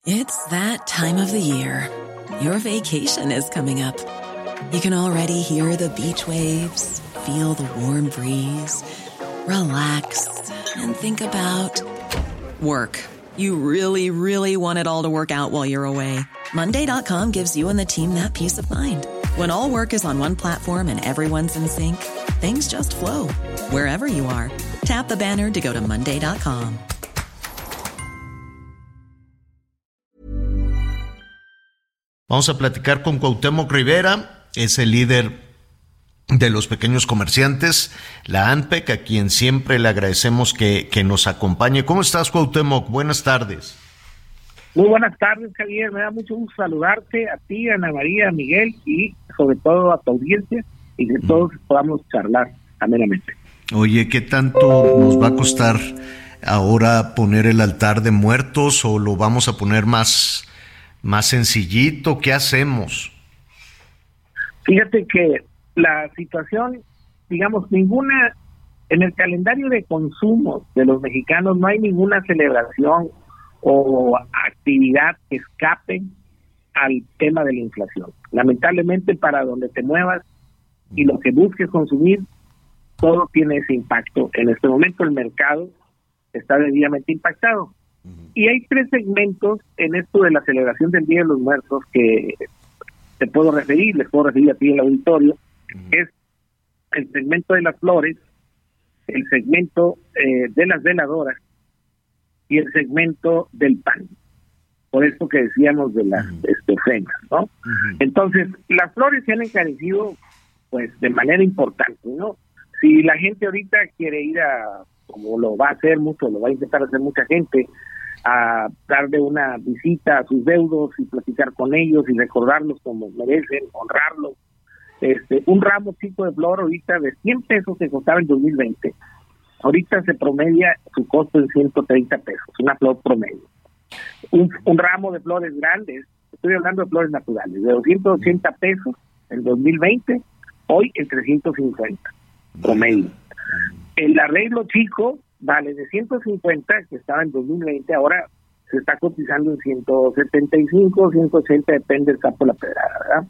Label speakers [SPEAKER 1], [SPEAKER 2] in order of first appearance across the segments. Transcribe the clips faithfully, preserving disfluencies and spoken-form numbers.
[SPEAKER 1] It's that time of the year. Your vacation is coming up. You can already hear the beach waves, feel the warm breeze, relax, and think about work. You really, really want it all to work out while you're away. Monday dot com gives you and the team that peace of mind. When all work is on one platform and everyone's in sync, things just flow. Wherever you are, tap the banner to go to Monday dot com.
[SPEAKER 2] Vamos a platicar con Cuauhtémoc Rivera, es el líder de los pequeños comerciantes, la A N P E C, a quien siempre le agradecemos que, que nos acompañe. ¿Cómo estás, Cuauhtémoc? Buenas tardes.
[SPEAKER 3] Muy buenas tardes, Javier. Me da mucho gusto saludarte a ti, a Ana María, a Miguel y sobre todo a tu audiencia, y que todos podamos charlar amenamente.
[SPEAKER 2] Oye, ¿qué tanto nos va a costar ahora poner el altar de muertos o lo vamos a poner más... más sencillito? ¿Qué hacemos?
[SPEAKER 3] Fíjate que la situación, digamos, ninguna, en el calendario de consumo de los mexicanos no hay ninguna celebración o actividad que escape al tema de la inflación. Lamentablemente, para donde te muevas y lo que busques consumir, todo tiene ese impacto. En este momento el mercado está debidamente impactado. Y hay tres segmentos en esto de la celebración del Día de los Muertos que te puedo referir, les puedo referir a ti en el auditorio. Uh-huh. Es el segmento de las flores, el segmento eh, de las veladoras y el segmento del pan. Por eso que decíamos de las uh-huh. este, ofrendas, ¿no? Uh-huh. Entonces, las flores se han encarecido pues de manera importante, ¿no? Si la gente ahorita quiere ir a, como lo va a hacer mucho, lo va a intentar hacer mucha gente, a darle una visita a sus deudos y platicar con ellos y recordarlos como merecen, honrarlos. Este, un ramo chico de flor ahorita de cien pesos que costaba en dos mil veinte, ahorita se promedia su costo en ciento treinta pesos, una flor promedio. Un, un ramo de flores grandes, estoy hablando de flores naturales, de doscientos ochenta pesos en dos mil veinte, hoy en trescientos cincuenta promedio. El arreglo chico vale de ciento cincuenta, que estaba en dos mil veinte, ahora se está cotizando en ciento setenta y cinco, ciento ochenta, depende del campo de la pedrada, ¿verdad?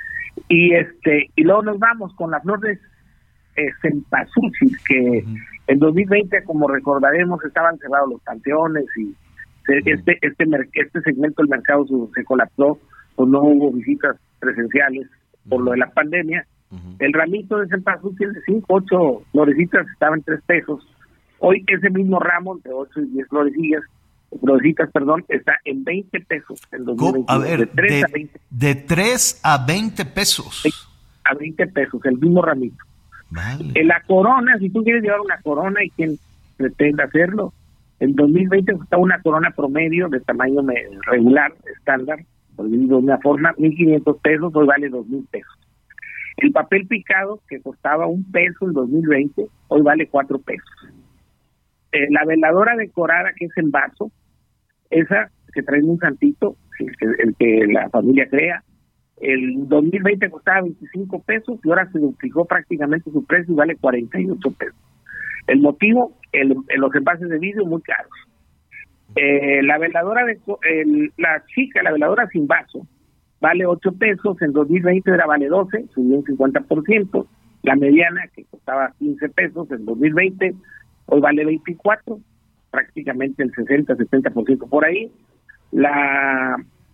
[SPEAKER 3] Y este y luego nos vamos con las flores eh, cempasúchil, que uh-huh. en dos mil veinte, como recordaremos, estaban cerrados los panteones y se, uh-huh. este este este segmento del mercado se, se colapsó, pues no hubo visitas presenciales por uh-huh. lo de la pandemia. Uh-huh. El ramito de cempasúchil de cinco, ocho florecitas estaba en tres pesos. Hoy ese mismo ramo de ocho y diez florecillas, florecitas, perdón, está en veinte pesos. En dos mil veinte,
[SPEAKER 2] a ver,
[SPEAKER 3] de tres
[SPEAKER 2] de,
[SPEAKER 3] a veinte.
[SPEAKER 2] De tres a veinte pesos.
[SPEAKER 3] A veinte pesos, el mismo ramito.
[SPEAKER 2] Vale.
[SPEAKER 3] En la corona, si tú quieres llevar una corona y quien pretende hacerlo, en dos mil veinte costaba una corona promedio de tamaño regular, estándar, por decirlo de una forma, mil quinientos pesos, hoy vale dos mil pesos. El papel picado, que costaba un peso en dos mil veinte, hoy vale cuatro pesos. Eh, la veladora decorada, que es en vaso, esa que trae un santito, el que, el que la familia crea, el dos mil veinte costaba veinticinco pesos y ahora se duplicó prácticamente su precio y vale cuarenta y ocho pesos. El motivo, el, el, los envases de vidrio muy caros. Eh, la veladora, de, el, la chica, la veladora sin vaso, vale ocho pesos, en dos mil veinte era vale doce, subió un cincuenta por ciento. La mediana, que costaba quince pesos en dos mil veinte, hoy vale veinticuatro, prácticamente el sesenta, setenta por ciento por ahí. La,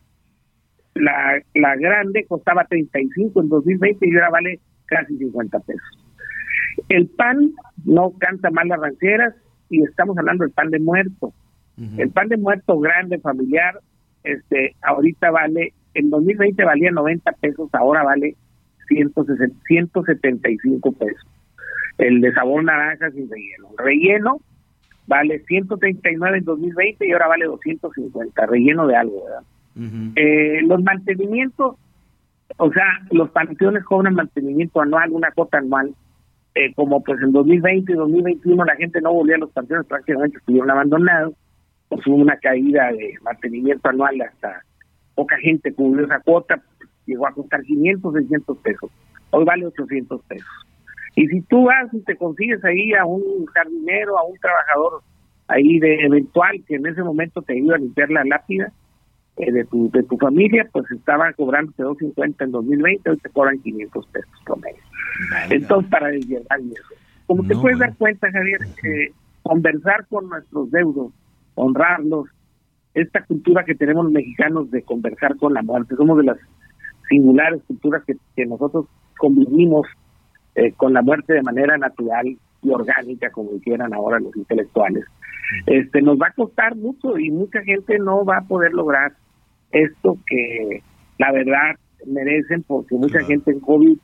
[SPEAKER 3] la la grande costaba treinta y cinco en dos mil veinte y ahora vale casi cincuenta pesos. El pan no canta mal las rancheras y estamos hablando del pan de muerto. Uh-huh. El pan de muerto grande, familiar, este ahorita vale, en dos mil veinte valía noventa pesos, ahora vale ciento setenta y cinco pesos. El de sabor naranja sin relleno. Relleno vale ciento treinta y nueve en dos mil veinte y ahora vale doscientos cincuenta, relleno de algo, ¿verdad? Uh-huh. Eh, los mantenimientos, o sea, los panteones cobran mantenimiento anual, una cuota anual, eh, como pues en dos mil veinte y dos mil veintiuno la gente no volvía a los panteones, prácticamente estuvieron abandonados, pues hubo una caída de mantenimiento anual, hasta poca gente cubrió esa cuota, llegó a costar quinientos, seiscientos pesos, hoy vale ochocientos pesos. Y si tú vas y te consigues ahí a un jardinero, a un trabajador ahí de eventual que en ese momento te ayuda a limpiar la lápida, eh, de tu de tu familia, pues estaban cobrando doscientos cincuenta en dos mil veinte, hoy te cobran quinientos pesos promedio. Vale. Entonces, para llegar y eso. Como no, te puedes bueno. dar cuenta, Javier, eh, conversar con nuestros deudos, honrarlos, esta cultura que tenemos los mexicanos de conversar con la muerte, somos de las singulares culturas que, que nosotros convivimos eh, con la muerte de manera natural y orgánica, como dijeran ahora los intelectuales. Este nos va a costar mucho y mucha gente no va a poder lograr esto que la verdad merecen, porque mucha claro. gente en COVID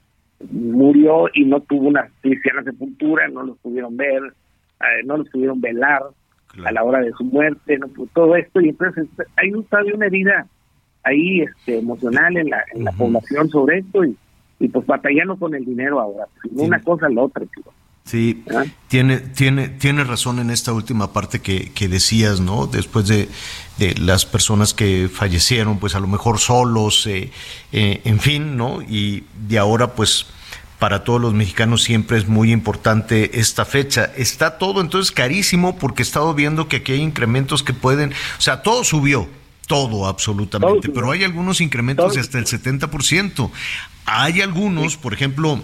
[SPEAKER 3] murió y no tuvo una cristiana sepultura, no los pudieron ver, eh, no los pudieron velar claro. a la hora de su muerte, no todo esto, y entonces hay un de una herida ahí este emocional en la en uh-huh. la población sobre esto, y, y pues batallando con el dinero ahora, sí. una cosa a la otra, chico.
[SPEAKER 2] Sí, ¿Ah? tiene, tiene, tiene razón en esta última parte que, que decías, ¿no? Después de, de las personas que fallecieron, pues a lo mejor solos, eh, eh, en fin, ¿no? Y de ahora, pues, para todos los mexicanos siempre es muy importante esta fecha. Está todo entonces carísimo, porque he estado viendo que aquí hay incrementos que pueden, o sea, todo subió, todo absolutamente, todo, pero hay algunos incrementos de hasta el setenta por ciento. Hay algunos, por ejemplo,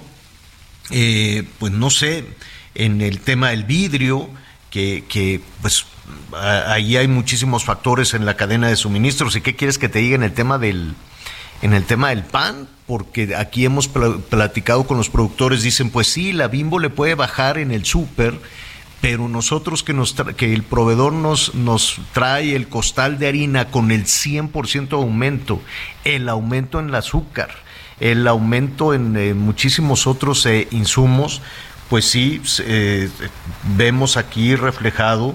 [SPEAKER 2] Eh, pues no sé, en el tema del vidrio, que, que pues a, ahí hay muchísimos factores en la cadena de suministros. ¿Y qué quieres que te diga en el tema del en el tema del pan? Porque aquí hemos pl- platicado con los productores, dicen, pues sí, la Bimbo le puede bajar en el súper, pero nosotros que nos tra- que el proveedor nos nos trae el costal de harina con el cien por ciento de aumento, el aumento en el azúcar, el aumento en eh, muchísimos otros eh, insumos, pues sí, eh, vemos aquí reflejado,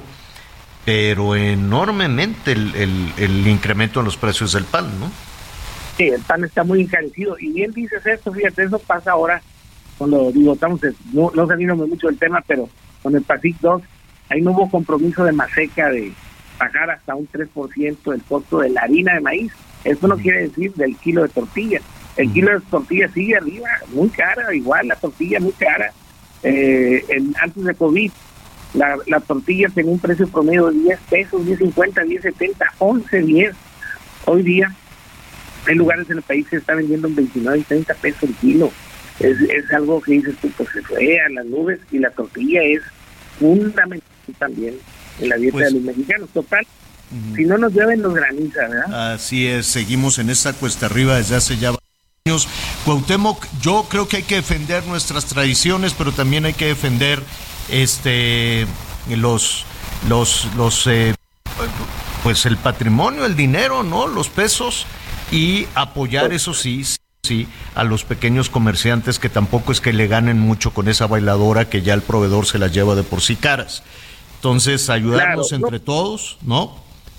[SPEAKER 2] pero enormemente el, el, el incremento en los precios del pan, ¿no?
[SPEAKER 3] Sí, el pan está muy encarecido, y bien dices esto, fíjate, eso pasa ahora, cuando digo, estamos, no, no salimos mucho del tema, pero con el PASIC dos, ahí no hubo compromiso de Maseca de pagar hasta un tres por ciento del costo de la harina de maíz. Eso no quiere decir del kilo de tortilla. El kilo de tortilla sigue arriba, muy cara, igual la tortilla muy cara. Eh, en, antes de COVID, la, la tortilla tenía un precio promedio de diez pesos, diez cincuenta, diez setenta, once, diez. Hoy día, hay lugares en el país que se está vendiendo en veintinueve y treinta pesos el kilo. Es, es algo que dices tú, pues se fue a las nubes, y la tortilla es fundamental también en la dieta pues, de los mexicanos. Total, uh-huh. si no nos llueven, nos graniza, ¿verdad?
[SPEAKER 2] Así es, seguimos en esta cuesta arriba desde hace ya años. Cuauhtémoc, yo creo que hay que defender nuestras tradiciones, pero también hay que defender este los los los eh, pues el patrimonio, el dinero, ¿no? Los pesos, y apoyar, eso sí, sí, a los pequeños comerciantes, que tampoco es que le ganen mucho con esa bailadora que ya el proveedor se las lleva de por sí caras. Entonces, ayudarnos claro, entre no. todos, ¿no?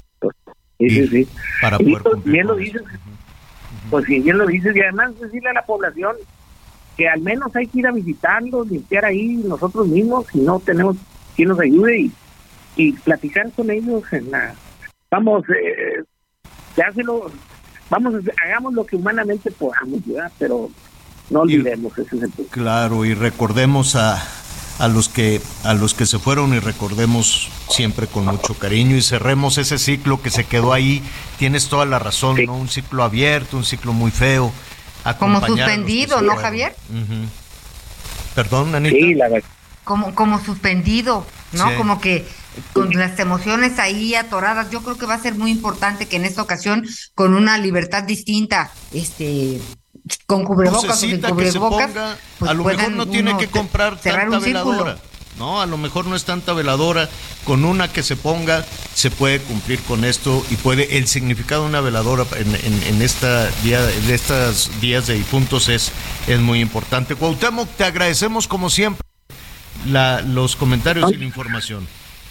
[SPEAKER 3] Sí, sí, sí.
[SPEAKER 2] Para poder cumplir.
[SPEAKER 3] Bien lo dices. Pues si bien lo dices, y además decirle a la población que al menos hay que ir a visitarlos, limpiar ahí nosotros mismos, si no tenemos quien nos ayude, y, y platicar con ellos en la... Vamos, eh, ya se lo... Vamos, hagamos lo que humanamente podamos, ¿verdad? Pero no olvidemos, y, ese es el punto.
[SPEAKER 2] Claro, y recordemos a, a los que a los que se fueron, y recordemos siempre con mucho cariño, y cerremos ese ciclo que se quedó ahí. Tienes toda la razón, sí. ¿no? Un ciclo abierto, un ciclo muy feo.
[SPEAKER 4] Como suspendido, ¿no, Javier?
[SPEAKER 2] Uh-huh. Perdón, Anita.
[SPEAKER 3] Sí, la verdad.
[SPEAKER 4] Como, como suspendido, ¿no?
[SPEAKER 2] Sí.
[SPEAKER 4] Como que con las emociones ahí atoradas. Yo creo que va a ser muy importante que en esta ocasión, con una libertad distinta, este, con cubrebocas o sin cubrebocas,
[SPEAKER 2] ponga,
[SPEAKER 4] pues
[SPEAKER 2] a lo mejor no tiene que comprar tanta veladora, ¿no? A lo mejor no es tanta veladora, con una que se ponga se puede cumplir con esto, y puede, el significado de una veladora en, en, en esta día, de estos días de difuntos es, es muy importante. Cuauhtémoc, te agradecemos como siempre la, los comentarios ¿no? y la información.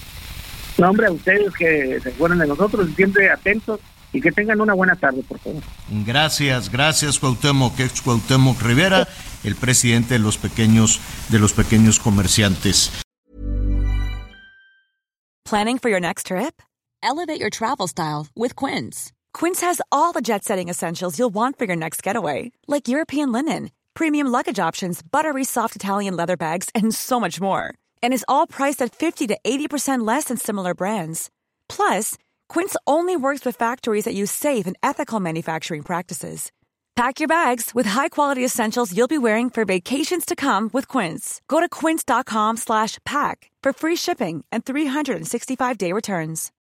[SPEAKER 3] No, hombre, a ustedes que se acuerdan de nosotros, siempre atentos, y que tengan una buena tarde, por favor.
[SPEAKER 2] Gracias, gracias, Cuauhtémoc, ex Cuauhtémoc Rivera, el presidente de los pequeños, de los pequeños comerciantes.
[SPEAKER 5] Planning for your next trip? Elevate your travel style with Quince. Quince has all the jet-setting essentials you'll want for your next getaway, like European linen, premium luggage options, buttery soft Italian leather bags, and so much more. And is all priced at fifty to eighty percent less than similar brands. Plus, Quince only works with factories that use safe and ethical manufacturing practices. Pack your bags with high-quality essentials you'll be wearing for vacations to come with Quince. Go to quince.com slash pack for free shipping and three sixty-five day returns.